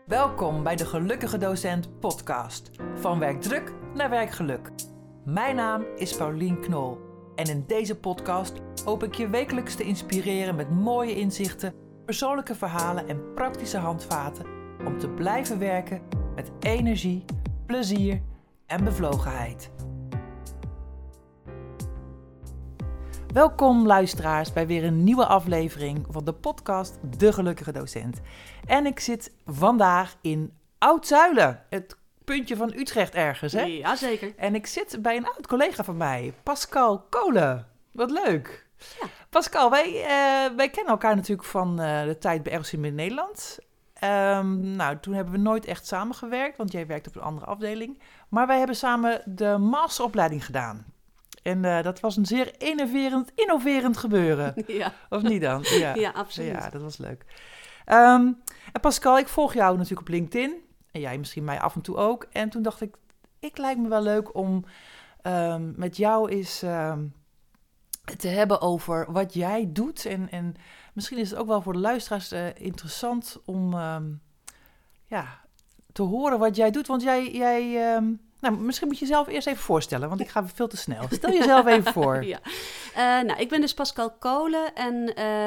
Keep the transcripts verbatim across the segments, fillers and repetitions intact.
Welkom bij de Gelukkige Docent podcast. Van werkdruk naar werkgeluk. Mijn naam is Paulien Knol. En in deze podcast hoop ik je wekelijks te inspireren met mooie inzichten, persoonlijke verhalen en praktische handvaten om te blijven werken met energie, plezier en bevlogenheid. Welkom luisteraars bij weer een nieuwe aflevering van de podcast De Gelukkige Docent. En ik zit vandaag in Oud-Zuilen, het puntje van Utrecht ergens, hè? Ja, zeker. En ik zit bij een oud collega van mij, Pascal Kolen. Wat leuk. Ja. Pascal, wij, uh, wij kennen elkaar natuurlijk van uh, de tijd bij R O C Midden-Nederland. Um, nou, toen hebben we nooit echt samengewerkt, want jij werkt op een andere afdeling. Maar wij hebben samen de masteropleiding gedaan. En uh, dat was een zeer innoverend, innoverend gebeuren. Ja. Of niet dan? Ja, ja absoluut. Ja, dat was leuk. Um, en Pascal, ik volg jou natuurlijk op LinkedIn. En jij misschien mij af en toe ook. En toen dacht ik, ik lijkt me wel leuk om um, met jou eens um, te hebben over wat jij doet. En, en misschien is het ook wel voor de luisteraars uh, interessant om um, ja, te horen wat jij doet. Want jij... jij um, Nou, misschien moet je jezelf eerst even voorstellen, want ik ga veel te snel. Stel jezelf even voor. Ja. Uh, nou, ik ben dus Pascal Kolen en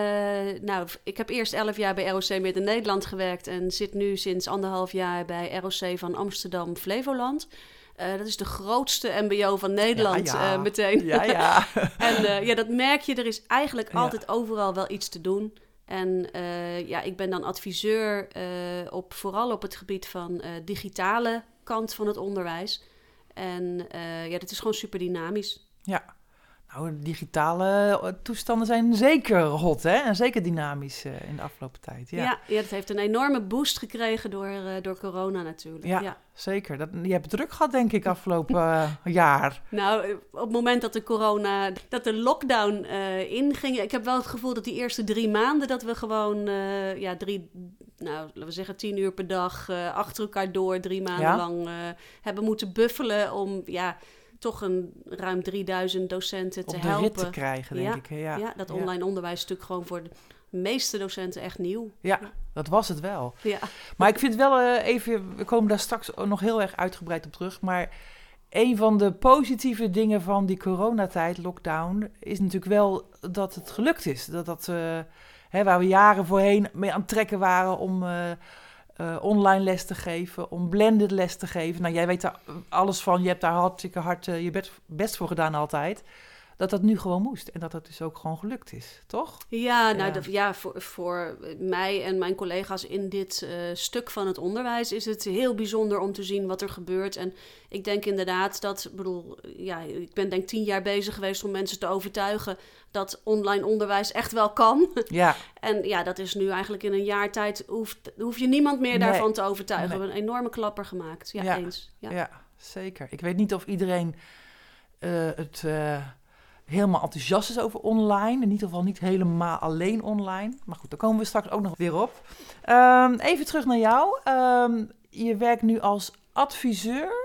uh, nou, ik heb eerst elf jaar bij R O C Midden-Nederland gewerkt en zit nu sinds anderhalf jaar bij R O C van Amsterdam Flevoland. Uh, dat is de grootste M B O van Nederland ja, ja. Uh, meteen. Ja, ja. En uh, ja, dat merk je, er is eigenlijk altijd ja. overal wel iets te doen. En uh, ja, ik ben dan adviseur uh, op, vooral op het gebied van uh, digitale kant van het onderwijs. En uh, ja, dat is gewoon super dynamisch. Ja, nou, digitale toestanden zijn zeker hot, hè? En zeker dynamisch uh, in de afgelopen tijd. Ja, ja, ja dat heeft een enorme boost gekregen door, uh, door corona natuurlijk. Ja, ja. zeker. Dat, je hebt het druk gehad, denk ik, afgelopen uh, jaar. Nou, op het moment dat de corona, dat de lockdown uh, inging, ik heb wel het gevoel dat die eerste drie maanden dat we gewoon, uh, ja, drie, nou, laten we zeggen tien uur per dag uh, achter elkaar door, drie maanden ja? lang uh, hebben moeten buffelen om, ja, toch een ruim drieduizend docenten te helpen. Op de rit te krijgen, denk ja, ik. Ja, ja dat online ja. onderwijs is natuurlijk gewoon voor de meeste docenten echt nieuw. Ja, ja. dat was het wel. Ja. Maar ik vind wel uh, even, we komen daar straks nog heel erg uitgebreid op terug, maar een van de positieve dingen van die coronatijd, lockdown, is natuurlijk wel dat het gelukt is. Dat dat, uh, hè, waar we jaren voorheen mee aan het trekken waren om uh, uh, online les te geven, om blended les te geven. Nou, jij weet daar alles van, je hebt daar hartstikke hard uh, je best, best voor gedaan altijd. Dat dat nu gewoon moest en dat dat dus ook gewoon gelukt is, toch? Ja, nou, ja. Dat, ja voor, voor mij en mijn collega's in dit uh, stuk van het onderwijs is het heel bijzonder om te zien wat er gebeurt. En ik denk inderdaad dat, bedoel, ja, ik ben denk tien jaar bezig geweest om mensen te overtuigen dat online onderwijs echt wel kan. Ja. En ja, dat is nu eigenlijk in een jaar tijd, hoeft, hoef je niemand meer daarvan nee. te overtuigen. Nee. We hebben een enorme klapper gemaakt. Ja, ja. eens. Ja. ja, zeker. Ik weet niet of iedereen uh, het... Uh, helemaal enthousiast is over online. In ieder geval niet helemaal alleen online. Maar goed, daar komen we straks ook nog weer op. Um, even terug naar jou. Um, je werkt nu als adviseur.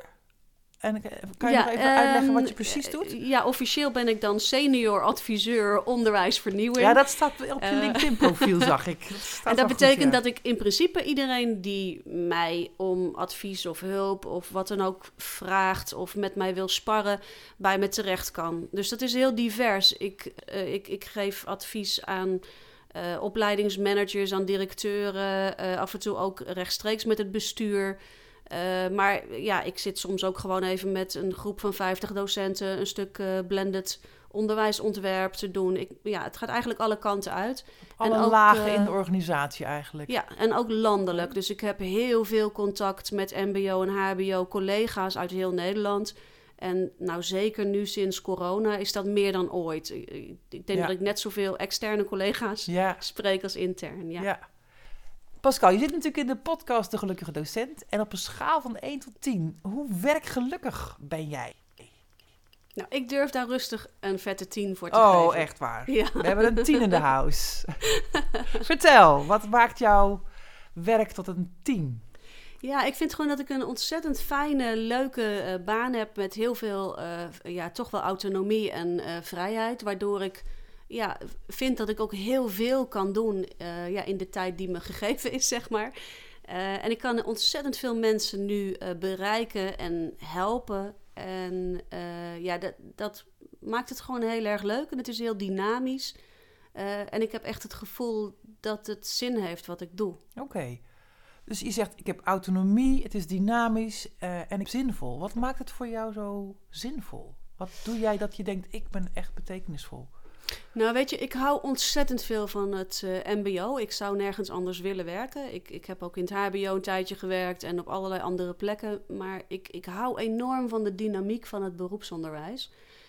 En kan je ja, nog even um, uitleggen wat je precies doet? Ja, officieel ben ik dan senior adviseur onderwijsvernieuwing. Ja, dat staat op je uh, LinkedIn-profiel, zag ik. Dat en dat betekent goed, ja. dat ik in principe iedereen die mij om advies of hulp of wat dan ook vraagt of met mij wil sparren, bij me terecht kan. Dus dat is heel divers. Ik, uh, ik, ik geef advies aan uh, opleidingsmanagers, aan directeuren, uh, af en toe ook rechtstreeks met het bestuur. Uh, maar ja, ik zit soms ook gewoon even met een groep van vijftig docenten een stuk uh, blended onderwijsontwerp te doen. Ik, ja, het gaat eigenlijk alle kanten uit. Op alle en ook, lagen uh, in de organisatie eigenlijk. Ja, en ook landelijk. Dus ik heb heel veel contact met M B O en H B O collega's uit heel Nederland. En nou zeker nu sinds corona is dat meer dan ooit. Ik, ik denk ja. dat ik net zoveel externe collega's ja. spreek als intern. Ja. ja. Pascal, je zit natuurlijk in de podcast De Gelukkige Docent. En op een schaal van één tot tien, hoe werkgelukkig ben jij? Nou, ik durf daar rustig een vette tien voor te oh, geven. Oh, echt waar? Ja. We hebben een tien in de house. Vertel, wat maakt jouw werk tot een tien? Ja, ik vind gewoon dat ik een ontzettend fijne, leuke uh, baan heb met heel veel, uh, ja, toch wel autonomie en uh, vrijheid, waardoor ik ja, vind dat ik ook heel veel kan doen uh, ja, in de tijd die me gegeven is, zeg maar. Uh, en ik kan ontzettend veel mensen nu uh, bereiken en helpen. En uh, ja, dat, dat maakt het gewoon heel erg leuk. En het is heel dynamisch. Uh, en ik heb echt het gevoel dat het zin heeft wat ik doe. Oké. Okay. Dus je zegt, ik heb autonomie, het is dynamisch uh, en zinvol. Wat maakt het voor jou zo zinvol? Wat doe jij dat je denkt, ik ben echt betekenisvol? Nou, weet je, ik hou ontzettend veel van het uh, mbo. Ik zou nergens anders willen werken. Ik, ik heb ook in het hbo een tijdje gewerkt en op allerlei andere plekken. Maar ik, ik hou enorm van de dynamiek van het beroepsonderwijs.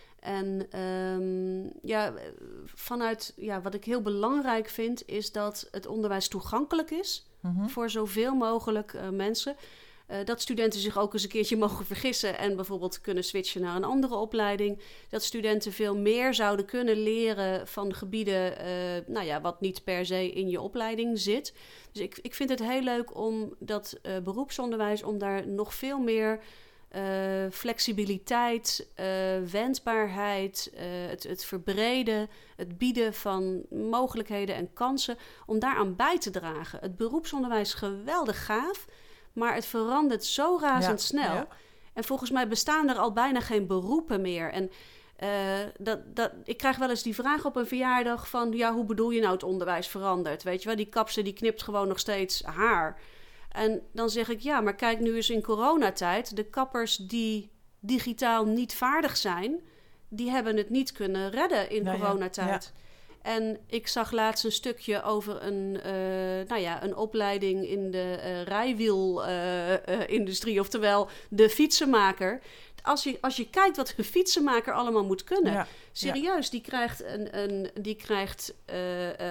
En um, ja, vanuit ja, wat ik heel belangrijk vind, is dat het onderwijs toegankelijk is mm-hmm. voor zoveel mogelijk uh, mensen. Uh, dat studenten zich ook eens een keertje mogen vergissen en bijvoorbeeld kunnen switchen naar een andere opleiding. Dat studenten veel meer zouden kunnen leren van gebieden, uh, nou ja, wat niet per se in je opleiding zit. Dus ik, ik vind het heel leuk om dat uh, beroepsonderwijs, om daar nog veel meer uh, flexibiliteit, uh, wendbaarheid, uh, het, het verbreden, het bieden van mogelijkheden en kansen, om daaraan bij te dragen. Het beroepsonderwijs is geweldig gaaf. Maar het verandert zo razendsnel. Ja, ja. En volgens mij bestaan er al bijna geen beroepen meer. En uh, dat, dat, ik krijg wel eens die vraag op een verjaardag van, ja, hoe bedoel je nou het onderwijs verandert? Weet je wel, die kapster die knipt gewoon nog steeds haar. En dan zeg ik, ja, maar kijk nu eens in coronatijd. De kappers die digitaal niet vaardig zijn, die hebben het niet kunnen redden in ja, coronatijd. Ja, ja. En ik zag laatst een stukje over een, uh, nou ja, een opleiding in de uh, rijwielindustrie, uh, uh, oftewel de fietsenmaker. Als je, als je kijkt wat een fietsenmaker allemaal moet kunnen, ja, serieus, ja. die krijgt, een, een, die krijgt uh, uh,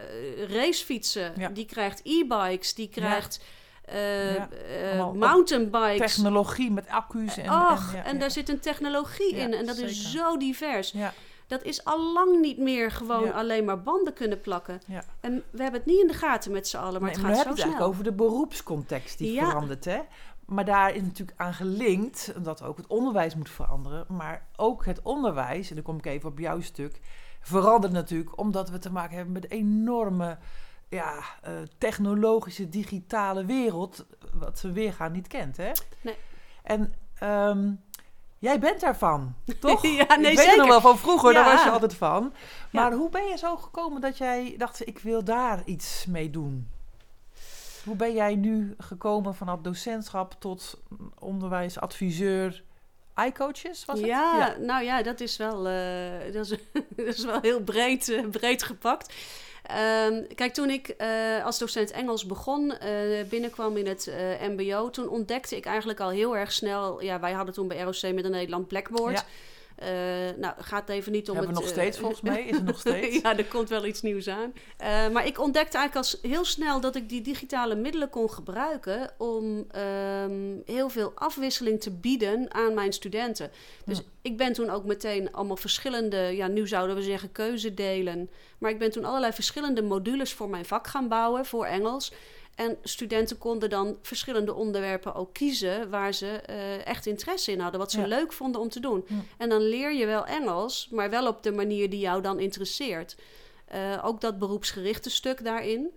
racefietsen, ja. die krijgt e-bikes, die krijgt... Ja. Uh, ja, uh, mountainbikes. Technologie met accu's. En, Och, en, ja, en ja. daar zit een technologie ja, in en dat zeker. Is zo divers. Ja. Dat is al lang niet meer gewoon ja. alleen maar banden kunnen plakken. Ja. En we hebben het niet in de gaten met z'n allen, maar nee, het maar gaat zo snel. We hebben het eigenlijk over de beroepscontext die ja. verandert, hè? Maar daar is natuurlijk aan gelinkt dat ook het onderwijs moet veranderen. Maar ook het onderwijs, en dan kom ik even op jouw stuk, verandert natuurlijk omdat we te maken hebben met een enorme ja, uh, technologische, digitale wereld, wat ze weergaan niet kent, hè? Nee. En um, jij bent daarvan, toch? ja, nee, ik weet zeker. er nog wel van vroeger, ja. Daar was je altijd van. Maar ja. hoe ben je zo gekomen dat jij dacht, ik wil daar iets mee doen? Hoe ben jij nu gekomen vanaf docentschap tot onderwijsadviseur, iCoaches, was het? Ja, ja, nou ja, dat is wel, uh, dat is, dat is wel heel breed, uh, breed gepakt. Um, kijk, toen ik uh, als docent Engels begon, uh, binnenkwam in het uh, mbo, toen ontdekte ik eigenlijk al heel erg snel, ja, wij hadden toen bij R O C Midden-Nederland Blackboard. Ja. Uh, nou, gaat even niet om Hebben het... we nog steeds, uh, volgens mij? Is het nog steeds? Ja, er komt wel iets nieuws aan. Uh, maar ik ontdekte eigenlijk als heel snel dat ik die digitale middelen kon gebruiken om um, heel veel afwisseling te bieden aan mijn studenten. Dus ja. ik ben toen ook meteen allemaal verschillende, ja, nu zouden we zeggen keuzedelen. Maar ik ben toen allerlei verschillende modules voor mijn vak gaan bouwen, voor Engels. En studenten konden dan verschillende onderwerpen ook kiezen waar ze uh, echt interesse in hadden. Wat ze ja. leuk vonden om te doen. Ja. En dan leer je wel Engels, maar wel op de manier die jou dan interesseert. Uh, ook dat beroepsgerichte stuk daarin.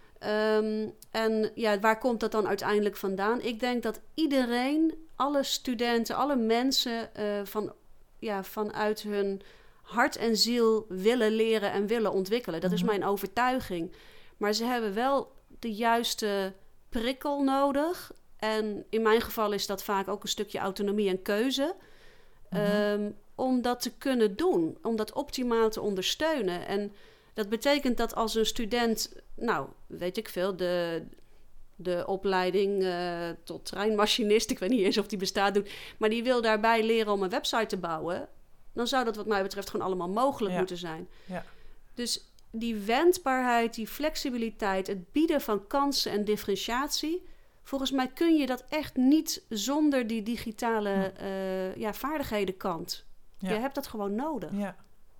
Um, en ja, waar komt dat dan uiteindelijk vandaan? Ik denk dat iedereen, alle studenten, alle mensen uh, van, ja, vanuit hun hart en ziel willen leren en willen ontwikkelen. Dat mm-hmm. is mijn overtuiging. Maar ze hebben wel de juiste prikkel nodig. En in mijn geval is dat vaak ook een stukje autonomie en keuze. Mm-hmm. Um, om dat te kunnen doen. Om dat optimaal te ondersteunen. En dat betekent dat als een student, nou, weet ik veel, de, de opleiding uh, tot treinmachinist, ik weet niet eens of die bestaat, doet, maar die wil daarbij leren om een website te bouwen, dan zou dat wat mij betreft gewoon allemaal mogelijk ja. moeten zijn. Ja. Dus die wendbaarheid, die flexibiliteit, het bieden van kansen en differentiatie, volgens mij kun je dat echt niet zonder die digitale ja. uh, ja, vaardighedenkant. Ja. Je hebt dat gewoon nodig. Ja.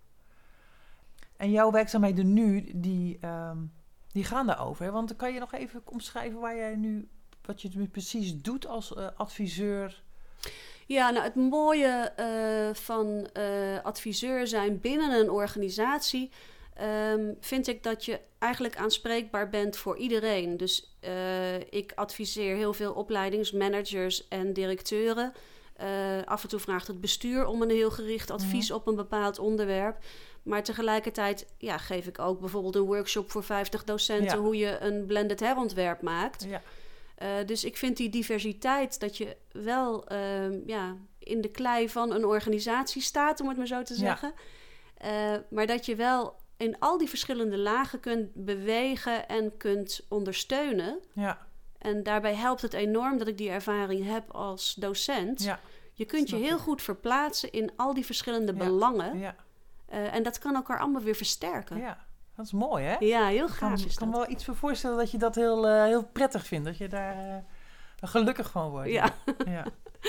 En jouw werkzaamheden nu, die, um, die gaan daarover. Hè? Want kan je nog even omschrijven waar jij nu, wat je nu precies doet als uh, adviseur? Ja, nou het mooie uh, van uh, adviseur zijn binnen een organisatie Um, vind ik dat je eigenlijk aanspreekbaar bent voor iedereen. Dus uh, ik adviseer heel veel opleidingsmanagers en directeuren. Uh, af en toe vraagt het bestuur om een heel gericht advies mm. op een bepaald onderwerp. Maar tegelijkertijd ja, geef ik ook bijvoorbeeld een workshop voor vijftig docenten... Ja. hoe je een blended herontwerp maakt. Ja. Uh, dus ik vind die diversiteit, dat je wel uh, ja, in de klei van een organisatie staat, om het maar zo te zeggen. Ja. Uh, maar dat je wel in al die verschillende lagen kunt bewegen en kunt ondersteunen. Ja. En daarbij helpt het enorm dat ik die ervaring heb als docent. Ja. Je kunt Snap je heel ik. goed verplaatsen in al die verschillende ja. belangen. Ja. Uh, en dat kan elkaar allemaal weer versterken. Ja, dat is mooi, hè? Ja, heel gaaf is dat. Ik kan me wel iets voor voorstellen dat je dat heel, uh, heel prettig vindt. Dat je daar uh, gelukkig van wordt. Ja. ja.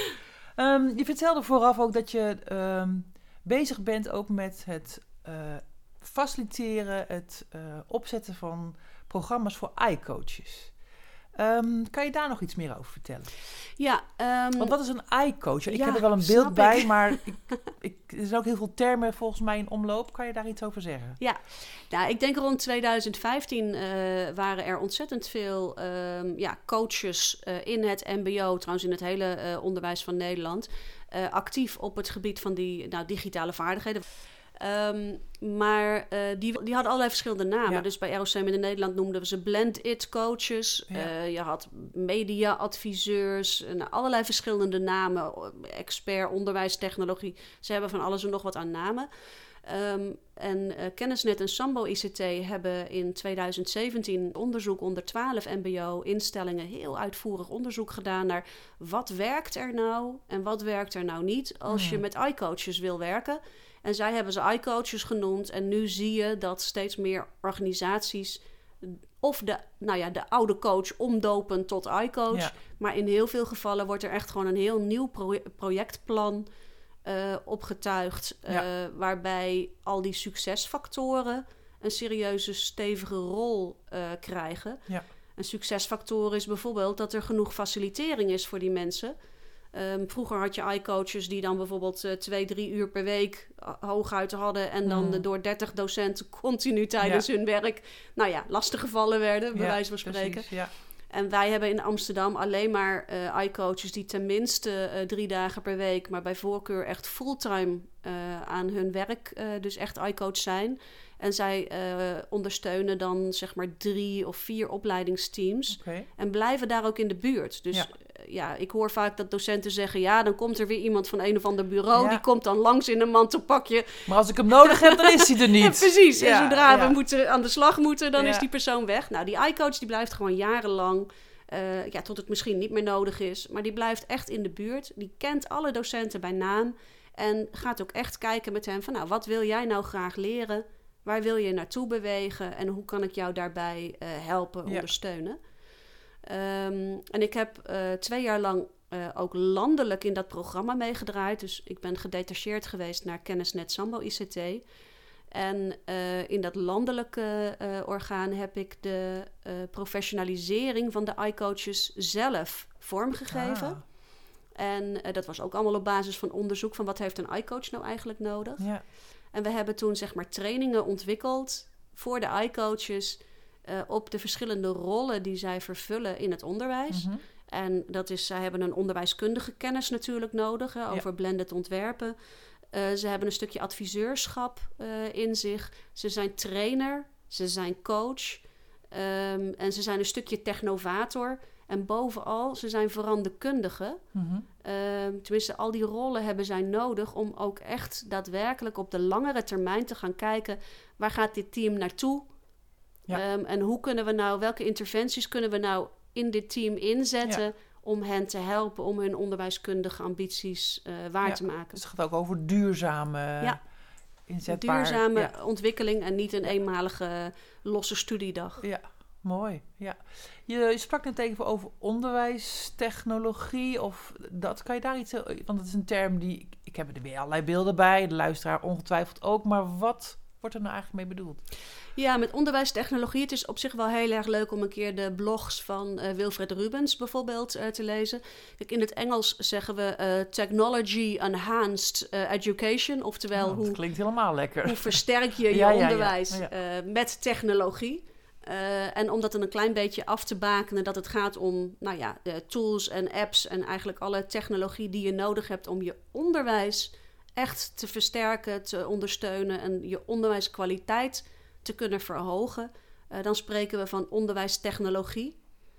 Um, je vertelde vooraf ook dat je um, bezig bent ook met het uh, faciliteren, het uh, opzetten van programma's voor I-coaches. Um, kan je daar nog iets meer over vertellen? Ja. Um, Want wat is een I-coach? Ik ja, heb er wel een beeld bij, ik. maar ik, ik, er zijn ook heel veel termen volgens mij in omloop. Kan je daar iets over zeggen? Ja, nou, ik denk rond twintig vijftien uh, waren er ontzettend veel um, ja, coaches uh, in het mbo, trouwens in het hele uh, onderwijs van Nederland, uh, actief op het gebied van die nou, digitale vaardigheden. Um, maar uh, die, die hadden allerlei verschillende namen. Ja. Dus bij R O C M in Nederland noemden we ze blend-it coaches. Ja. Uh, je had media-adviseurs. Uh, allerlei verschillende namen. Expert, onderwijstechnologie. Ze hebben van alles en nog wat aan namen. Um, en uh, Kennisnet en Sambo I C T hebben in twintig zeventien onderzoek onder twaalf mbo-instellingen... heel uitvoerig onderzoek gedaan naar wat werkt er nou en wat werkt er nou niet als hmm. je met I-coaches wil werken. En zij hebben ze I-coaches genoemd. En nu zie je dat steeds meer organisaties of de, nou ja, de oude coach omdopen tot I-coach. Ja. Maar in heel veel gevallen wordt er echt gewoon een heel nieuw pro- projectplan uh, opgetuigd. Uh, ja. Waarbij al die succesfactoren een serieuze, stevige rol uh, krijgen. Ja. Een succesfactor is bijvoorbeeld dat er genoeg facilitering is voor die mensen. Um, vroeger had je I-coaches die dan bijvoorbeeld uh, twee, drie uur per week hooguit hadden... en dan mm. door dertig docenten continu tijdens ja. hun werk... nou ja, lastig gevallen werden, bij ja, wijze van spreken. Precies, ja. En wij hebben in Amsterdam alleen maar uh, I-coaches die tenminste uh, drie dagen per week... maar bij voorkeur echt fulltime uh, aan hun werk, uh, dus echt I-coach zijn... En zij uh, ondersteunen dan zeg maar drie of vier opleidingsteams. Okay. En blijven daar ook in de buurt. Dus ja. Uh, ja, ik hoor vaak dat docenten zeggen... ja, dan komt er weer iemand van een of ander bureau... Ja. die komt dan langs in een mantelpakje. Maar als ik hem nodig heb, dan is hij er niet. Ja, precies. Ja, en zodra ja. we moeten aan de slag moeten, dan ja. is die persoon weg. Nou, die I-coach die blijft gewoon jarenlang... Uh, ja, tot het misschien niet meer nodig is. Maar die blijft echt in de buurt. Die kent alle docenten bij naam. En gaat ook echt kijken met hen van... nou, wat wil jij nou graag leren... Waar wil je naartoe bewegen en hoe kan ik jou daarbij uh, helpen, ja. ondersteunen? Um, en ik heb uh, twee jaar lang uh, ook landelijk in dat programma meegedraaid. Dus ik ben gedetacheerd geweest naar Kennisnet Sambo I C T. En uh, in dat landelijke uh, orgaan heb ik de uh, professionalisering van de I-coaches zelf vormgegeven. Ah. En uh, dat was ook allemaal op basis van onderzoek van wat heeft een I-coach nou eigenlijk nodig. Ja. En we hebben toen zeg maar trainingen ontwikkeld voor de I-coaches... Uh, op de verschillende rollen die zij vervullen in het onderwijs. Mm-hmm. En dat is, zij hebben een onderwijskundige kennis natuurlijk nodig... Hè, over ja. blended ontwerpen. Uh, ze hebben een stukje adviseurschap uh, in zich. Ze zijn trainer, ze zijn coach... Um, en ze zijn een stukje technovator... En bovenal, ze zijn veranderkundigen. Mm-hmm. Uh, tenminste, al die rollen hebben zij nodig... om ook echt daadwerkelijk op de langere termijn te gaan kijken... waar gaat dit team naartoe? Ja. Um, en hoe kunnen we nou, welke interventies kunnen we nou in dit team inzetten... Ja. om hen te helpen om hun onderwijskundige ambities uh, waar ja. te maken. Dus het gaat ook over duurzame... Ja. Inzetbaar. Duurzame ja. ontwikkeling en niet een eenmalige losse studiedag. Ja. Mooi, ja. Je, je sprak net even over onderwijstechnologie of dat. Kan je daar iets... Want het is een term die... Ik heb er weer allerlei beelden bij, de luisteraar ongetwijfeld ook. Maar wat wordt er nou eigenlijk mee bedoeld? Ja, met onderwijstechnologie. Het is op zich wel heel erg leuk om een keer de blogs van uh, Wilfred Rubens bijvoorbeeld uh, te lezen. Kijk, in het Engels zeggen we uh, technology enhanced uh, education. Oftewel, Oh, dat hoe, klinkt helemaal lekker. hoe versterk je je ja, ja, onderwijs ja. Ja. Uh, met technologie. Uh, en om dat dan een klein beetje af te bakenen, dat het gaat om nou ja, uh, tools en apps en eigenlijk alle technologie die je nodig hebt om je onderwijs echt te versterken, te ondersteunen en je onderwijskwaliteit te kunnen verhogen. Uh, dan spreken we van onderwijstechnologie.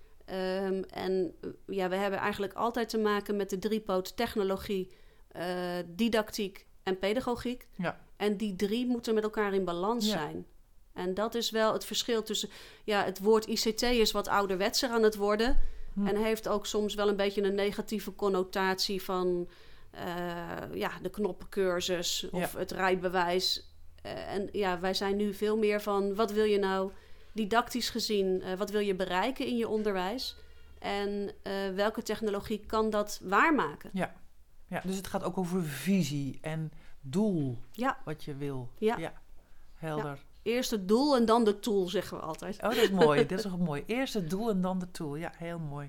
Um, en uh, ja, we hebben eigenlijk altijd te maken met de driepoot technologie, uh, didactiek en pedagogiek. Ja. En die drie moeten met elkaar in balans ja. zijn. En dat is wel het verschil tussen... Ja, het woord I C T is wat ouderwetser aan het worden. Hm. En heeft ook soms wel een beetje een negatieve connotatie van... Uh, ja, de knoppencursus of ja. het rijbewijs. Uh, en ja, wij zijn nu veel meer van... Wat wil je nou didactisch gezien... Uh, wat wil je bereiken in je onderwijs? En uh, welke technologie kan dat waarmaken? Ja. ja, dus het gaat ook over visie en doel. Ja. Wat je wil. Ja. ja. Helder. Ja. Eerst het doel en dan de tool, zeggen we altijd. Oh, dat is mooi. Dat is ook mooi. Eerst het doel en dan de tool. Ja, heel mooi.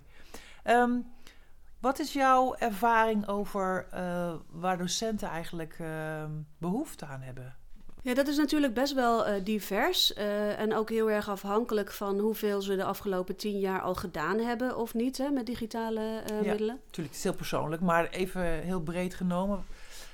Um, wat is jouw ervaring over uh, waar docenten eigenlijk uh, behoefte aan hebben? Ja, dat is natuurlijk best wel uh, divers. Uh, en ook heel erg afhankelijk van hoeveel ze de afgelopen tien jaar al gedaan hebben of niet, hè, met digitale uh, ja, middelen. Natuurlijk, het is heel persoonlijk, maar even heel breed genomen.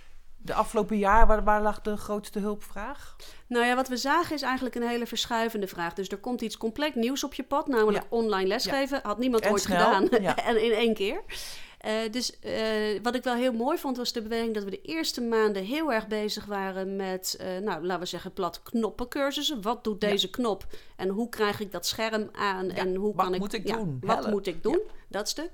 De afgelopen jaar, waar, waar lag de grootste hulpvraag? Nou ja, wat we zagen is eigenlijk een hele verschuivende vraag. Dus er komt iets compleet nieuws op je pad, namelijk ja. online lesgeven. Ja. Had niemand en ooit snel. gedaan. Ja. En in één keer. Uh, dus uh, wat ik wel heel mooi vond, was de beweging dat we de eerste maanden heel erg bezig waren met, uh, nou, laten we zeggen, plat knoppencursussen. Wat doet deze ja. knop en hoe krijg ik dat scherm aan ja. en hoe wat kan ik... Moet ik ja, doen? wat Helle. moet ik doen? Ja. Dat stuk.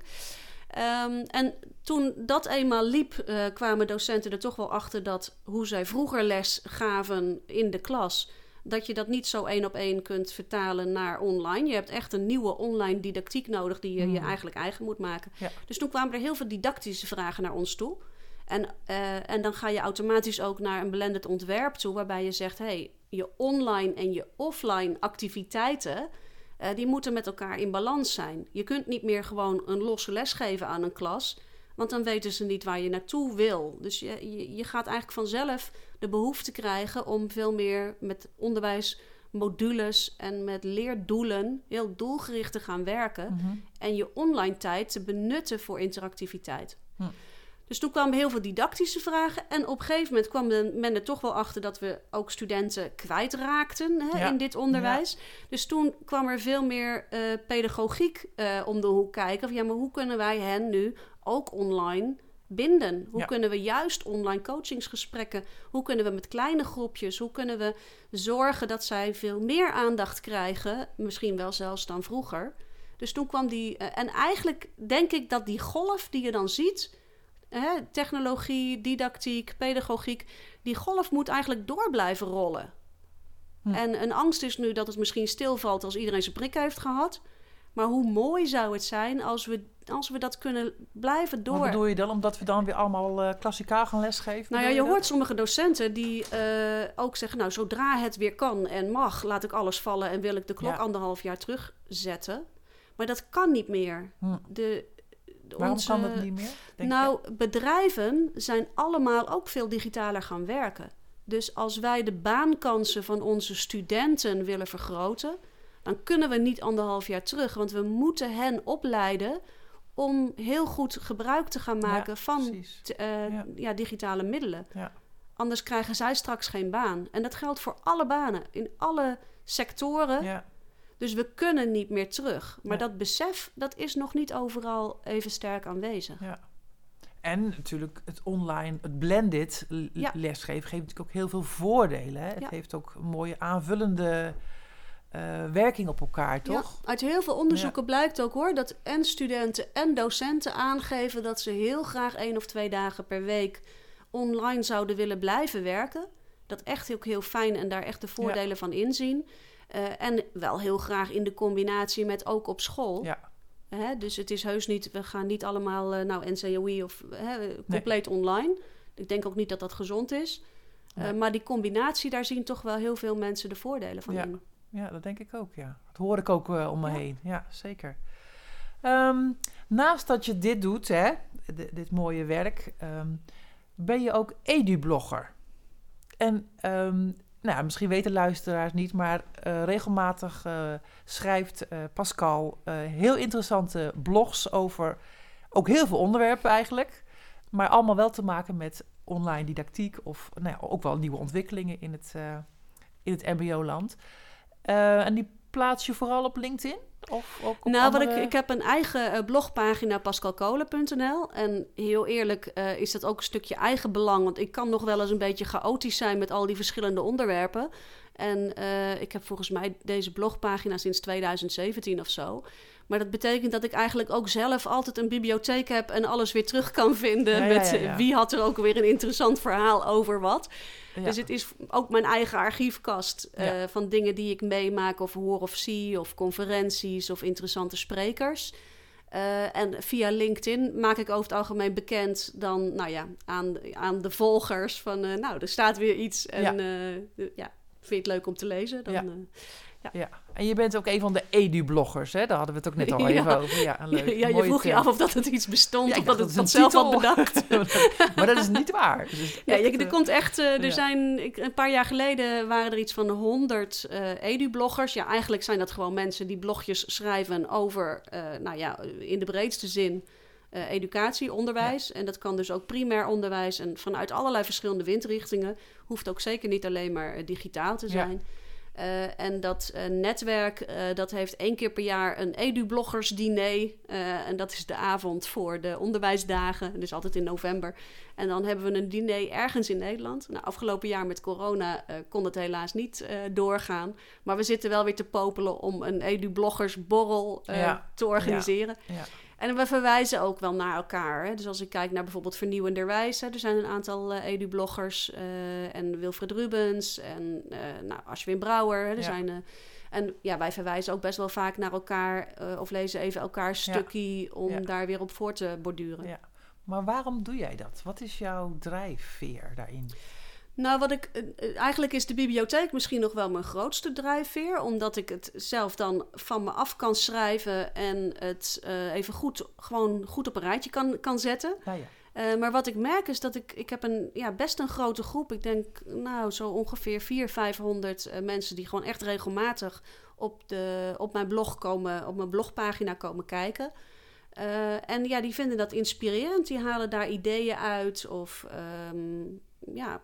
Um, en toen dat eenmaal liep, uh, kwamen docenten er toch wel achter dat hoe zij vroeger les gaven in de klas, dat je dat niet zo één op één kunt vertalen naar online. Je hebt echt een nieuwe online didactiek nodig die je mm. je eigenlijk eigen moet maken. Ja. Dus toen kwamen er heel veel didactische vragen naar ons toe. En, uh, en dan ga je automatisch ook naar een blended ontwerp toe, waarbij je zegt, hey, je online en je offline activiteiten, Uh, die moeten met elkaar in balans zijn. Je kunt niet meer gewoon een losse les geven aan een klas, want dan weten ze niet waar je naartoe wil. Dus je, je, je gaat eigenlijk vanzelf de behoefte krijgen om veel meer met onderwijsmodules en met leerdoelen heel doelgericht te gaan werken. Mm-hmm. En je online tijd te benutten voor interactiviteit. Hm. Dus toen kwamen heel veel didactische vragen. En op een gegeven moment kwam men er toch wel achter dat we ook studenten kwijtraakten hè, ja. in dit onderwijs. Ja. Dus toen kwam er veel meer uh, pedagogiek uh, om de hoek kijken. Van, ja, maar hoe kunnen wij hen nu ook online binden? Hoe ja. kunnen we juist online coachingsgesprekken? Hoe kunnen we met kleine groepjes? Hoe kunnen we zorgen dat zij veel meer aandacht krijgen? Misschien wel zelfs dan vroeger. Dus toen kwam die... Uh, en eigenlijk denk ik dat die golf die je dan ziet... Hè, technologie, didactiek, pedagogiek, die golf moet eigenlijk door blijven rollen. Hm. En een angst is nu dat het misschien stilvalt als iedereen zijn prik heeft gehad. Maar hoe mooi zou het zijn als we, als we dat kunnen blijven door. Wat bedoel je dan? Omdat we dan weer allemaal uh, klassikaal gaan lesgeven? Nou ja, je, je dat? hoort sommige docenten die uh, ook zeggen, nou, zodra het weer kan en mag, laat ik alles vallen en wil ik de klok ja. anderhalf jaar terugzetten. Maar dat kan niet meer. Hm. De Waarom onze, kan dat niet meer? Denk nou, je? bedrijven zijn allemaal ook veel digitaler gaan werken. Dus als wij de baankansen van onze studenten willen vergroten, dan kunnen we niet anderhalf jaar terug. Want we moeten hen opleiden om heel goed gebruik te gaan maken ja, van t, uh, ja. Ja, digitale middelen. Ja. Anders krijgen zij straks geen baan. En dat geldt voor alle banen, in alle sectoren. Ja. Dus we kunnen niet meer terug. Maar ja. dat besef, dat is nog niet overal even sterk aanwezig. Ja. En natuurlijk het online, het blended l- ja. lesgeven geeft natuurlijk ook heel veel voordelen. Hè? Ja. Het heeft ook een mooie aanvullende uh, werking op elkaar, toch? Ja. Uit heel veel onderzoeken ja. blijkt ook hoor, dat en studenten en docenten aangeven dat ze heel graag één of twee dagen per week online zouden willen blijven werken. Dat echt ook heel fijn en daar echt de voordelen ja. van inzien. Uh, en wel heel graag in de combinatie met ook op school. Ja. Uh, dus het is heus niet, we gaan niet allemaal, uh, nou, N C O I of uh, compleet nee. online. Ik denk ook niet dat dat gezond is. Nee. Uh, maar die combinatie, daar zien toch wel heel veel mensen de voordelen van ja. in. Ja, dat denk ik ook, ja. Dat hoor ik ook uh, om me ja. heen. Ja, zeker. Um, naast dat je dit doet, hè, d- dit mooie werk, um, ben je ook edu-blogger. En um, nou, misschien weten luisteraars niet, maar uh, regelmatig uh, schrijft uh, Pascal uh, heel interessante blogs over ook heel veel onderwerpen eigenlijk, maar allemaal wel te maken met online didactiek of nou ja, ook wel nieuwe ontwikkelingen in het, uh, in het M B O-land. Uh, en die plaats je vooral op LinkedIn? Of ook op nou, andere... wat ik, ik heb een eigen uh, blogpagina, pascal kolen punt n l. En heel eerlijk uh, is dat ook een stukje eigen belang. Want ik kan nog wel eens een beetje chaotisch zijn met al die verschillende onderwerpen. En uh, ik heb volgens mij deze blogpagina sinds tweeduizend zeventien of zo. Maar dat betekent dat ik eigenlijk ook zelf altijd een bibliotheek heb en alles weer terug kan vinden. Ja, met ja, ja, ja. wie had er ook weer een interessant verhaal over wat. Ja. Dus het is ook mijn eigen archiefkast uh, ja. van dingen die ik meemaak of hoor of zie. Of conferenties of interessante sprekers. Uh, en via LinkedIn maak ik over het algemeen bekend dan, nou ja, aan, aan de volgers van, uh, nou, er staat weer iets. En ja, uh, ja vind je het leuk om te lezen? Dan, ja. Uh, Ja. ja, en je bent ook een van de edu-bloggers, hè? Daar hadden we het ook net al even ja. over. Ja, een leuk, ja, je vroeg je af of dat het iets bestond, ja, of dat het het vanzelf had bedacht. Maar dat is niet waar. Dus ja, echt, je, er komt echt, uh, er ja. zijn, ik, een paar jaar geleden waren er iets van honderd uh, edu-bloggers. Ja, eigenlijk zijn dat gewoon mensen die blogjes schrijven over, uh, nou ja, in de breedste zin, uh, educatie, onderwijs. Ja. En dat kan dus ook primair onderwijs en vanuit allerlei verschillende windrichtingen. Hoeft ook zeker niet alleen maar uh, digitaal te zijn. Ja. Uh, en dat uh, netwerk, uh, dat heeft één keer per jaar een edu-bloggersdiner. Uh, en dat is de avond voor de onderwijsdagen. Dus altijd in november. En dan hebben we een diner ergens in Nederland. Nou, afgelopen jaar met corona uh, kon het helaas niet uh, doorgaan. Maar we zitten wel weer te popelen om een edu-bloggersborrel uh, ja. te organiseren. Ja. Ja. En we verwijzen ook wel naar elkaar. Hè. Dus als ik kijk naar bijvoorbeeld Vernieuwenderwijs. Hè, er zijn een aantal uh, edu-bloggers. Uh, en Wilfred Rubens. En uh, nou, Ashwin Brouwer. Hè, er ja. zijn, uh, en ja, wij verwijzen ook best wel vaak naar elkaar. Uh, of lezen even elkaars ja. stukje om ja. daar weer op voor te borduren. Ja. Maar waarom doe jij dat? Wat is jouw drijfveer daarin? Nou, wat ik, eigenlijk is de bibliotheek misschien nog wel mijn grootste drijfveer. Omdat ik het zelf dan van me af kan schrijven en het uh, even goed, gewoon goed op een rijtje kan, kan zetten. Ja, ja. Uh, maar wat ik merk is dat ik, ik heb een ja, best een grote groep. Ik denk nou zo ongeveer vierhonderd, vijfhonderd uh, mensen die gewoon echt regelmatig op, de, op mijn blog komen, op mijn blogpagina komen kijken. Uh, en ja, die vinden dat inspirerend. Die halen daar ideeën uit of um, ja...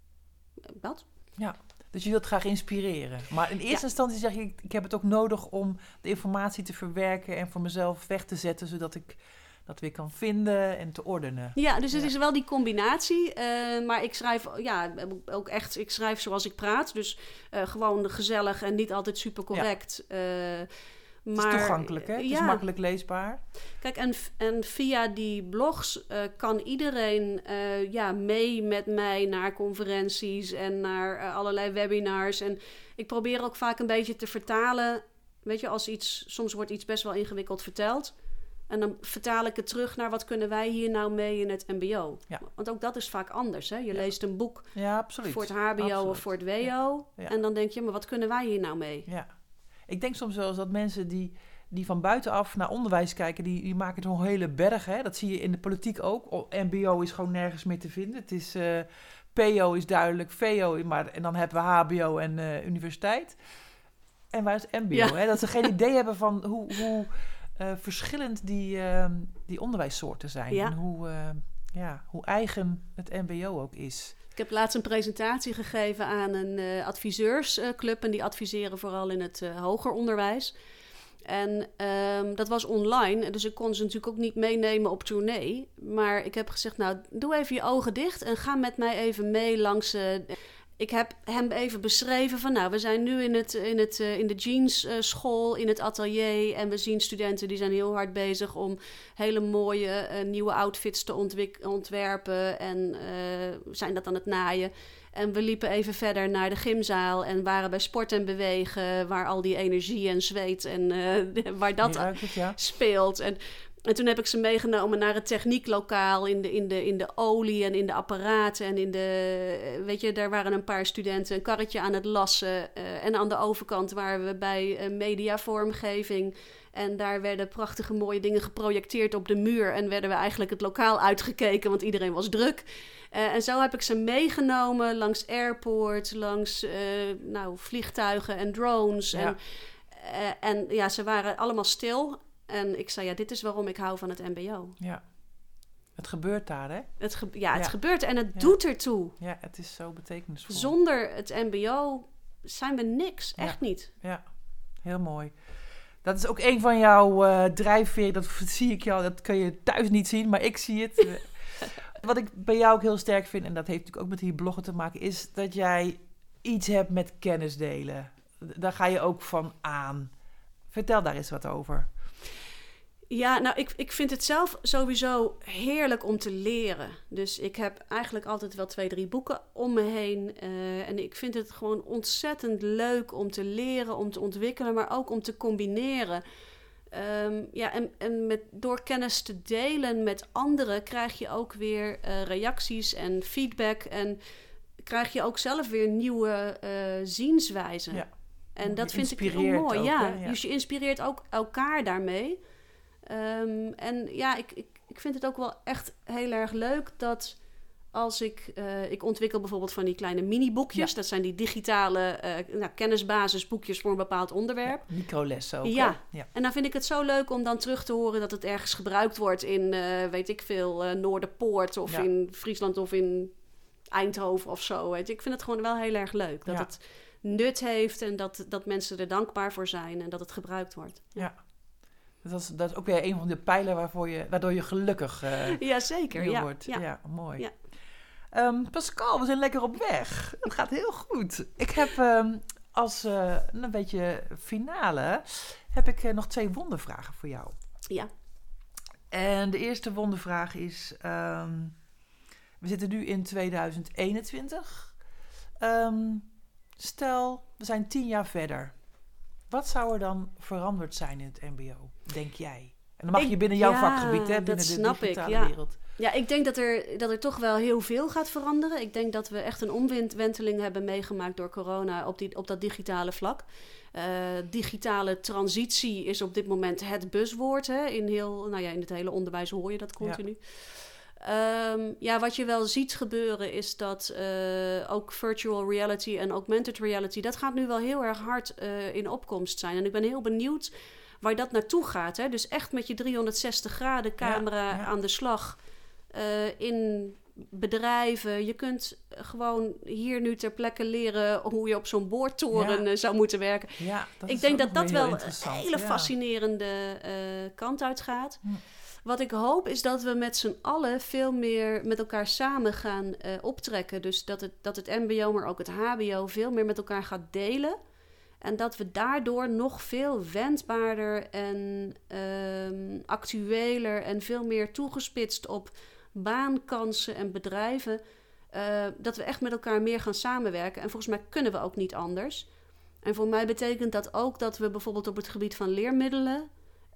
Wat? Ja, dus je wilt graag inspireren. Maar in eerste ja. instantie zeg je, ik, ik heb het ook nodig om de informatie te verwerken en voor mezelf weg te zetten, zodat ik dat weer kan vinden en te ordenen. Ja, dus het ja. is wel die combinatie. Uh, maar ik schrijf ja, ook echt, ik schrijf zoals ik praat. Dus uh, gewoon gezellig en niet altijd super correct. Ja. Uh, Het maar, is toegankelijk, hè? Het ja. is makkelijk leesbaar. Kijk, en, en via die blogs uh, kan iedereen uh, ja, mee met mij naar conferenties en naar uh, allerlei webinars. En ik probeer ook vaak een beetje te vertalen. Weet je, als iets, soms wordt iets best wel ingewikkeld verteld. En dan vertaal ik het terug naar wat kunnen wij hier nou mee in het M B O. Ja. Want ook dat is vaak anders, hè? Je ja. leest een boek ja, absoluut. voor het H B O absoluut. Of voor het W O. Ja. Ja. En dan denk je, maar wat kunnen wij hier nou mee? Ja. Ik denk soms wel eens dat mensen die, die van buitenaf naar onderwijs kijken, die, die maken zo'n hele berg. Hè? Dat zie je in de politiek ook. M B O is gewoon nergens meer te vinden. Het is uh, P O is duidelijk, V O, maar, en dan hebben we H B O en uh, universiteit. En waar is M B O? Ja. Hè? Dat ze geen idee hebben van hoe, hoe uh, verschillend die, uh, die onderwijssoorten zijn. Ja. En hoe, uh, ja, hoe eigen het M B O ook is. Ik heb laatst een presentatie gegeven aan een uh, adviseursclub. En die adviseren vooral in het uh, hoger onderwijs. En um, dat was online. Dus ik kon ze natuurlijk ook niet meenemen op tournee. Maar ik heb gezegd, nou, doe even je ogen dicht. En ga met mij even mee langs... Uh, ik heb hem even beschreven van... nou, we zijn nu in, het, in, het, uh, in de jeansschool, uh, in het atelier... en we zien studenten die zijn heel hard bezig... om hele mooie uh, nieuwe outfits te ontwik- ontwerpen... en uh, zijn dat aan het naaien. En we liepen even verder naar de gymzaal... en waren bij sport en bewegen... waar al die energie en zweet en uh, waar dat het, ja. speelt. En En toen heb ik ze meegenomen naar het technieklokaal in de, in de, in de olie en in de apparaten. En in de, weet je, daar waren een paar studenten een karretje aan het lassen. Uh, en aan de overkant waren we bij uh, mediavormgeving. En daar werden prachtige mooie dingen geprojecteerd op de muur. En werden we eigenlijk het lokaal uitgekeken, want iedereen was druk. Uh, en zo heb ik ze meegenomen langs airport, langs uh, nou, vliegtuigen en drones. Ja. En, uh, en ja, ze waren allemaal stil. En ik zei, ja, dit is waarom ik hou van het M B O. Ja, het gebeurt daar, hè? Het ge- ja, het ja. gebeurt en het ja. doet ertoe. Ja, het is zo betekenisvol. Zonder het M B O zijn we niks, echt ja. niet. Ja, heel mooi. Dat is ook een van jouw uh, drijfveren, dat zie ik jou, dat kun je thuis niet zien, maar ik zie het. Wat ik bij jou ook heel sterk vind, en dat heeft natuurlijk ook met die bloggen te maken, is dat jij iets hebt met kennis delen. Daar ga je ook van aan. Vertel daar eens wat over. Ja, nou, ik, ik vind het zelf sowieso heerlijk om te leren. Dus ik heb eigenlijk altijd wel twee, drie boeken om me heen. Uh, en ik vind het gewoon ontzettend leuk om te leren, om te ontwikkelen, maar ook om te combineren. Um, ja, en, en met, door kennis te delen met anderen krijg je ook weer uh, reacties en feedback. En krijg je ook zelf weer nieuwe uh, zienswijzen. Ja. En dat vind ik heel mooi. Ook, ja. ja, dus je inspireert ook elkaar daarmee. Um, en ja, ik, ik, ik vind het ook wel echt heel erg leuk dat als ik... Uh, ik ontwikkel bijvoorbeeld van die kleine mini-boekjes. Ja. Dat zijn die digitale uh, nou, kennisbasisboekjes voor een bepaald onderwerp. Ja, microlessen ook. Ja. ja, en dan vind ik het zo leuk om dan terug te horen dat het ergens gebruikt wordt in, uh, weet ik veel, uh, Noorderpoort of ja. in Friesland of in Eindhoven of zo. Weet je. Ik vind het gewoon wel heel erg leuk dat ja. het nut heeft en dat, dat mensen er dankbaar voor zijn en dat het gebruikt wordt. Ja. Dat is, dat is ook weer een van de pijlen waarvoor je, waardoor je gelukkig uh, ja, zeker. Ja, wordt. Ja, ja mooi. Ja. Um, Pascal, we zijn lekker op weg. Het gaat heel goed. Ik heb um, als uh, een beetje finale heb ik uh, nog twee wondervragen voor jou. Ja. En de eerste wondervraag is... Um, we zitten nu in tweeduizend eenentwintig. Um, stel, we zijn tien jaar verder. Wat zou er dan veranderd zijn in het M B O, denk jij? En dan mag ik, je binnen jouw ja, vakgebied, hè, binnen dat de snap digitale ik, ja. wereld. Ja, ik denk dat er, dat er toch wel heel veel gaat veranderen. Ik denk dat we echt een omwenteling hebben meegemaakt door corona op, die, op dat digitale vlak. Uh, digitale transitie is op dit moment het buzzwoord. Hè? In, heel, nou ja, in het hele onderwijs hoor je dat continu. Ja. Um, ja, wat je wel ziet gebeuren is dat uh, ook virtual reality en augmented reality... dat gaat nu wel heel erg hard uh, in opkomst zijn. En ik ben heel benieuwd waar dat naartoe gaat. Hè? Dus echt met je driehonderdzestig graden camera ja, ja. aan de slag uh, in bedrijven. Je kunt gewoon hier nu ter plekke leren hoe je op zo'n boortoren ja. zou moeten werken. Ja, dat ik denk dat dat wel een hele ja. fascinerende uh, kant uitgaat. Hm. Wat ik hoop is dat we met z'n allen veel meer met elkaar samen gaan uh, optrekken. Dus dat het, dat het M B O, maar ook het H B O veel meer met elkaar gaat delen. En dat we daardoor nog veel wendbaarder en um, actueler en veel meer toegespitst op baankansen en bedrijven. Uh, dat we echt met elkaar meer gaan samenwerken. En volgens mij kunnen we ook niet anders. En voor mij betekent dat ook dat we bijvoorbeeld op het gebied van leermiddelen...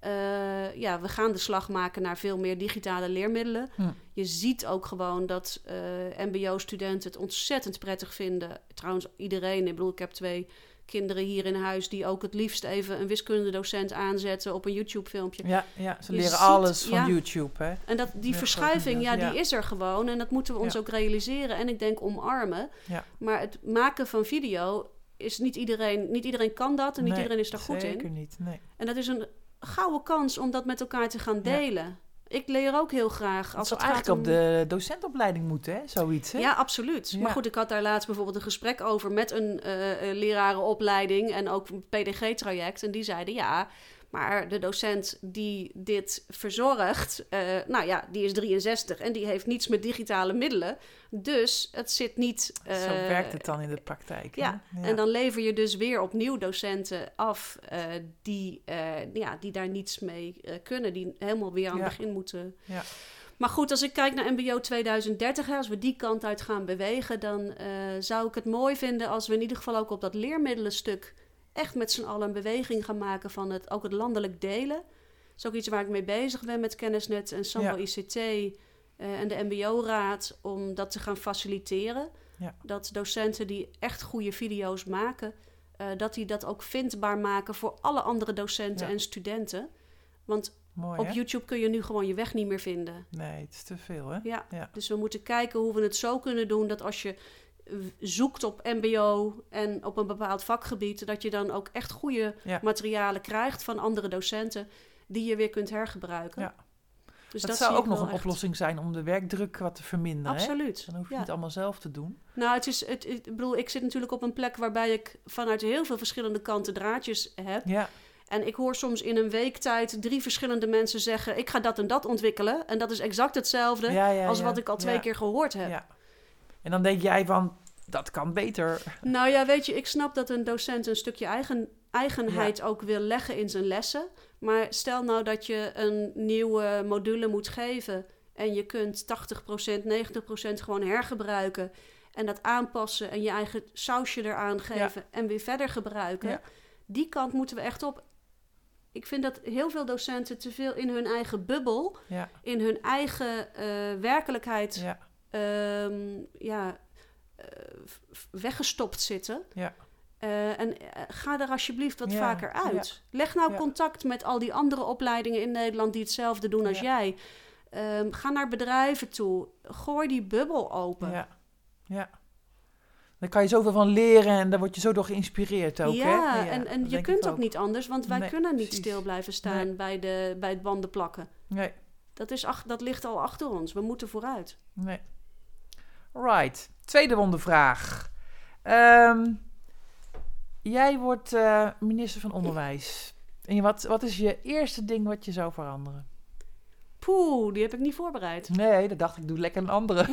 Uh, ja, we gaan de slag maken naar veel meer digitale leermiddelen. Hm. Je ziet ook gewoon dat uh, M B O-studenten het ontzettend prettig vinden. Trouwens, iedereen. Ik bedoel, ik heb twee kinderen hier in huis die ook het liefst even een wiskundedocent aanzetten op een YouTube-filmpje. Ja, ja ze je leren ziet, alles van ja, YouTube, hè? En dat, die ja, verschuiving, ja, ja, die is er gewoon. En dat moeten we ons ja. ook realiseren en ik denk omarmen. Ja. Maar het maken van video is niet iedereen... Niet iedereen kan dat en niet nee, iedereen is daar goed in. Zeker niet, nee. En dat is een gouden kans om dat met elkaar te gaan delen. Ja. Ik leer ook heel graag. Als dat het zou gaat eigenlijk om... op de docentopleiding moeten, hè? Zoiets, hè? Ja, absoluut. Ja. Maar goed, ik had daar laatst bijvoorbeeld een gesprek over met een uh, lerarenopleiding en ook een P D G-traject. En die zeiden, ja, maar de docent die dit verzorgt, uh, nou ja, die is drieënzestig en die heeft niets met digitale middelen. Dus het zit niet... Uh, Zo werkt het dan in de praktijk. Ja, ja, en dan lever je dus weer opnieuw docenten af uh, die, uh, ja, die daar niets mee uh, kunnen. Die helemaal weer aan ja. het begin moeten... Ja. Maar goed, als ik kijk naar M B O tweeduizend dertig, hè, als we die kant uit gaan bewegen, dan uh, zou ik het mooi vinden als we in ieder geval ook op dat leermiddelenstuk echt met z'n allen een beweging gaan maken van het, ook het landelijk delen. is ook iets waar ik mee bezig ben met Kennisnet en Sambo Ja. I C T uh, en de M B O-raad om dat te gaan faciliteren. Ja. Dat docenten die echt goede video's maken, uh, dat die dat ook vindbaar maken voor alle andere docenten Ja. en studenten. Want Mooi, op hè? YouTube kun je nu gewoon je weg niet meer vinden. Nee, het is te veel, hè? Ja, Ja. dus we moeten kijken hoe we het zo kunnen doen dat als je zoekt op M B O en op een bepaald vakgebied, dat je dan ook echt goede Ja. materialen krijgt van andere docenten die je weer kunt hergebruiken. Ja. Dus dat, dat zou zie ook ik nog wel een echt. oplossing zijn om de werkdruk wat te verminderen. Absoluut. Hè? Dan hoef je Ja. het allemaal zelf te doen. Nou, het is, het, ik bedoel, ik zit natuurlijk op een plek waarbij ik vanuit heel veel verschillende kanten draadjes heb. Ja, En ik hoor soms in een week tijd drie verschillende mensen zeggen, ik ga dat en dat ontwikkelen. En dat is exact hetzelfde ja, ja, als ja. wat ik al twee Ja. keer gehoord heb. Ja. En dan denk jij van, dat kan beter. Nou ja, weet je, ik snap dat een docent een stukje eigen, eigenheid ook wil leggen in zijn lessen. Maar stel nou dat je een nieuwe module moet geven en je kunt tachtig procent, negentig procent gewoon hergebruiken en dat aanpassen en je eigen sausje eraan geven en weer verder gebruiken. Ja. Die kant moeten we echt op. Ik vind dat heel veel docenten te veel in hun eigen bubbel, Ja, in hun eigen eh, werkelijkheid ja, ehm, ja, eh, v- weggestopt zitten. ja. Uh, en uh, ga er alsjeblieft wat Ja, vaker uit. ja. Leg nou Ja. contact met al die andere opleidingen in Nederland die hetzelfde doen als Ja. jij. Um, ga naar bedrijven toe. Gooi die bubbel open. Ja, ja. Dan kan je zoveel van leren en daar word je zo door geïnspireerd ook, ja, hè? en, en dat je denk kunt ik ook niet anders, want wij Nee, kunnen niet precies. stil blijven staan Nee. bij, de, bij het banden plakken. Nee, Dat, is ach, dat ligt al achter ons. We moeten vooruit. nee. Right. Tweede wondervraag. Um, jij wordt uh, minister van Onderwijs. En wat, wat is je eerste ding wat je zou veranderen? Poeh, die heb ik niet voorbereid. Nee, dat dacht ik, doe lekker een andere.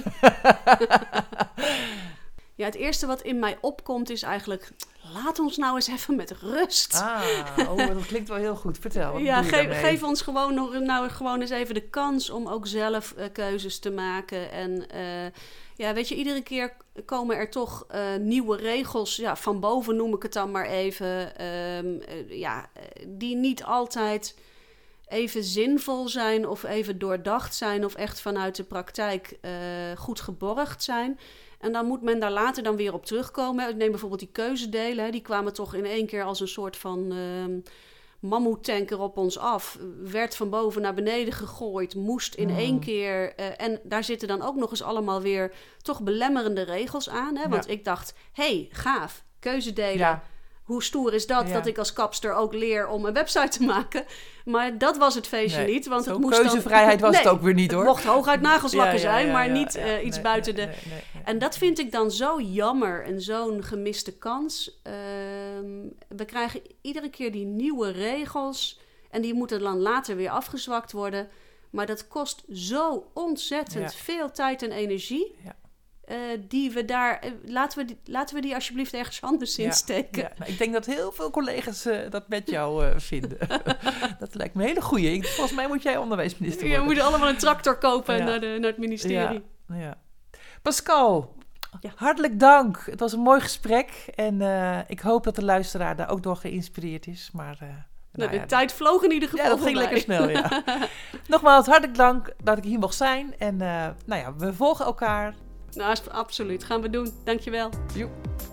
Ja, het eerste wat in mij opkomt is eigenlijk, laat ons nou eens even met rust. Ah, oh, dat klinkt wel heel goed. Vertel, wat Ja, doe je geef, daarmee? geef ons gewoon nog, nou, gewoon eens even de kans om ook zelf uh, keuzes te maken. En uh, ja, weet je, iedere keer komen er toch uh, nieuwe regels, ja, van boven noem ik het dan maar even, um, uh, ja, die niet altijd even zinvol zijn of even doordacht zijn of echt vanuit de praktijk uh, goed geborgd zijn. En dan moet men daar later dan weer op terugkomen. Ik neem bijvoorbeeld die keuzedelen. Hè. Die kwamen toch in één keer als een soort van uh, mammoetanker op ons af. Werd van boven naar beneden gegooid. Moest in Mm. één keer. Uh, en daar zitten dan ook nog eens allemaal weer toch belemmerende regels aan. Hè. Want Ja. ik dacht, hé, hey, gaaf, keuzedelen. Ja, Hoe stoer is dat, Ja. dat ik als kapster ook leer om een website te maken. Maar dat was het feestje nee. niet. Want Zo'n het moest keuzevrijheid dan... was nee, het ook weer niet, hoor. Het mocht hooguit nagelslakken Ja, ja, zijn, ja, maar ja, niet ja. uh, iets Nee, buiten nee, de... nee, nee, nee. En dat vind ik dan zo jammer en zo'n gemiste kans. Um, we krijgen iedere keer die nieuwe regels en die moeten dan later weer afgezwakt worden. Maar dat kost zo ontzettend Ja. veel tijd en energie. Ja. Uh, die we daar... Uh, laten, we die, laten we die alsjeblieft ergens anders Ja, insteken. ja. Nou, ik denk dat heel veel collega's uh, dat met jou uh, vinden. Dat lijkt me een hele goeie. Ik, volgens mij moet jij onderwijsminister Ja, we worden. moeten allemaal een tractor kopen Ja. naar, de, naar het ministerie. Ja, ja. Pascal, Ja. hartelijk dank. Het was een mooi gesprek. En uh, ik hoop dat de luisteraar daar ook door geïnspireerd is. Maar, uh, Nou, nou de ja, tijd vloog in ieder geval Ja, dat ging voorbij. lekker snel, ja. Nogmaals, hartelijk dank dat ik hier mocht zijn. En uh, nou ja, we volgen elkaar. Nou, absoluut. Gaan we doen. Dankjewel. Joep.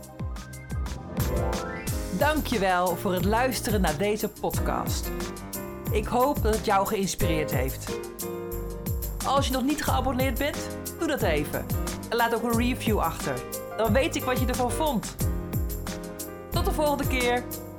Dankjewel voor het luisteren naar deze podcast. Ik hoop dat het jou geïnspireerd heeft. Als je nog niet geabonneerd bent, doe dat even. En laat ook een review achter. Dan weet ik wat je ervan vond. Tot de volgende keer.